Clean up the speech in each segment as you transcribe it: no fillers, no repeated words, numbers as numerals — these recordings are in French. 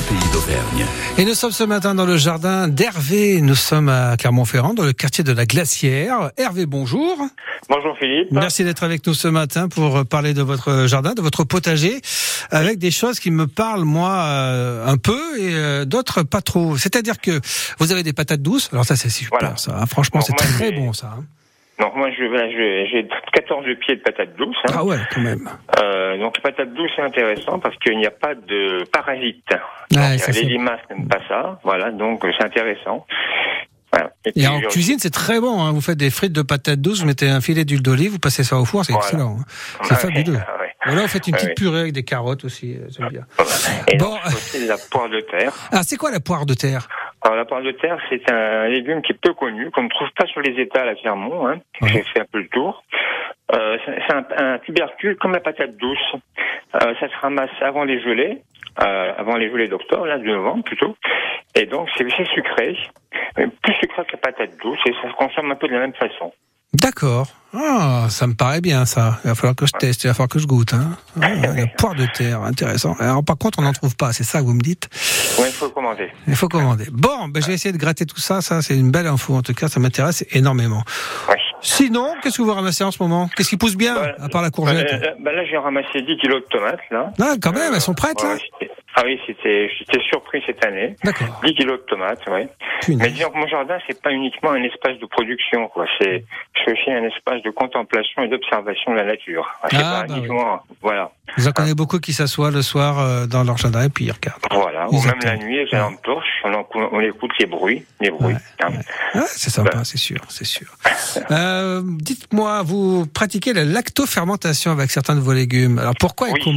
pays d'Auvergne. Et nous sommes ce matin dans le jardin d'Hervé. Nous sommes à Clermont-Ferrand, dans le quartier de la Glacière. Hervé, bonjour. Bonjour Philippe. Merci d'être avec nous ce matin pour parler de votre jardin, de votre potager, avec des choses qui me parlent, moi, un peu, et d'autres pas trop. C'est-à-dire que vous avez des patates douces. Alors ça, c'est super, voilà. Ça. Hein. Franchement, c'est très bon, ça. Hein. Donc moi, j'ai 14 pieds de patates douces. Hein. Ah ouais, quand même. Donc les patates douces, c'est intéressant parce qu'il n'y a pas de parasites. Ouais, les limaces n'aiment pas ça. Voilà, donc c'est intéressant. Voilà. Et en cuisine, c'est très bon. Hein. Vous faites des frites de patates douces, vous mettez un filet d'huile d'olive, vous passez ça au four, c'est excellent. Hein. C'est fabuleux. Voilà, vous faites une petite purée avec des carottes aussi, j'aime bien. Et bon, c'est la poire de terre. Ah, c'est quoi la poire de terre ? Alors la poire de terre, c'est un légume qui est peu connu, qu'on ne trouve pas sur les étals à Clermont. Hein. Ouais. J'ai fait un peu le tour. C'est un tubercule comme la patate douce. Ça se ramasse avant les gelées d'octobre, là, de novembre plutôt. Et donc c'est sucré, plus sucré que la patate douce, et ça se consomme un peu de la même façon. D'accord. Ah, ça me paraît bien, ça. Il va falloir que je teste, il va falloir que je goûte. Hein. La poire de terre, intéressant. Alors, par contre, on n'en trouve pas, c'est ça que vous me dites ? Oui, il faut commander. Il faut commander. Bon, je vais essayer de gratter tout ça. Ça, c'est une belle info. En tout cas, ça m'intéresse énormément. Oui. Sinon, qu'est-ce que vous ramassez en ce moment ? Qu'est-ce qui pousse bien, à part la courgette ? Là, j'ai ramassé 10 kilos de tomates, là. Ah, quand même, elles sont prêtes, là ? Ah oui, j'étais surpris cette année. D'accord. 10 kilos de tomates, oui. Mais disons que mon jardin, c'est pas uniquement un espace de production, quoi. C'est aussi un espace de contemplation et d'observation de la nature. C'est pas uniquement, voilà. Vous en connaissez beaucoup qui s'assoient le soir dans leur jardin et puis ils regardent. Voilà. Ou même la nuit, avec la lampe torche, on écoute les bruits. Ouais, hein. Ouais, c'est sympa, c'est sûr. Dites-moi, vous pratiquez la lactofermentation avec certains de vos légumes. Alors pourquoi et comment ?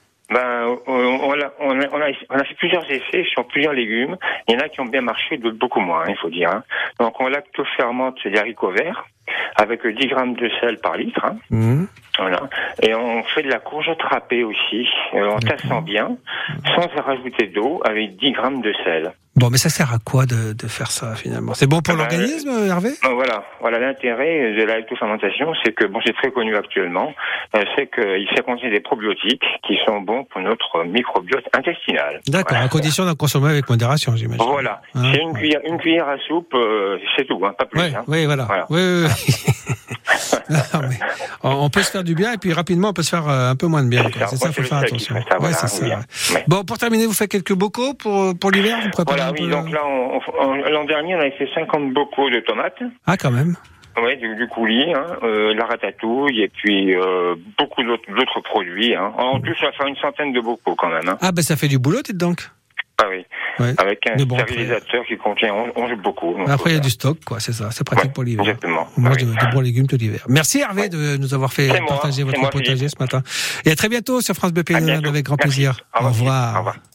On a fait plusieurs essais sur plusieurs légumes. Il y en a qui ont bien marché, d'autres beaucoup moins, il faut dire. Hein. Donc on lactofermente des haricots verts avec 10 grammes de sel par litre. Hein. Mmh. Voilà. Et on fait de la courgette râpée aussi, en tassant bien, sans rajouter d'eau, avec 10 grammes de sel. Bon, mais ça sert à quoi de faire ça, finalement ? C'est bon pour l'organisme, Hervé ? Voilà, l'intérêt de la lactofermentation, c'est que, c'est très connu actuellement, c'est qu'il fait contenir des probiotiques qui sont bons pour notre microbiote intestinal. D'accord, à condition d'en consommer avec modération, j'imagine. Voilà, c'est une cuillère à soupe, c'est tout, pas plus. Ouais, hein. Oui, voilà. Oui. Non, mais on peut se faire du bien et puis rapidement on peut se faire un peu moins de bien. C'est ça, il faut faire attention. C'est ça. Ouais. Bon, pour terminer, vous faites quelques bocaux pour l'hiver, vous préparez un peu. Donc là, l'an dernier, on avait fait 50 bocaux de tomates. Ah, quand même. Oui, du coulis, la ratatouille et puis beaucoup d'autres produits. Hein. En tout, ça va faire une centaine de bocaux quand même. Hein. Ah, ça fait du boulot, dites donc. Ah oui, avec un stérilisateur qui contient 11 bocaux. Après, il y a du stock, quoi, c'est ça, c'est pratique pour l'hiver. Exactement. On mange de bons légumes tout l'hiver. Merci Hervé de nous avoir fait partager votre potager ce matin. Et à très bientôt sur France Bleu Pays d'Auvergne avec grand plaisir. Au revoir.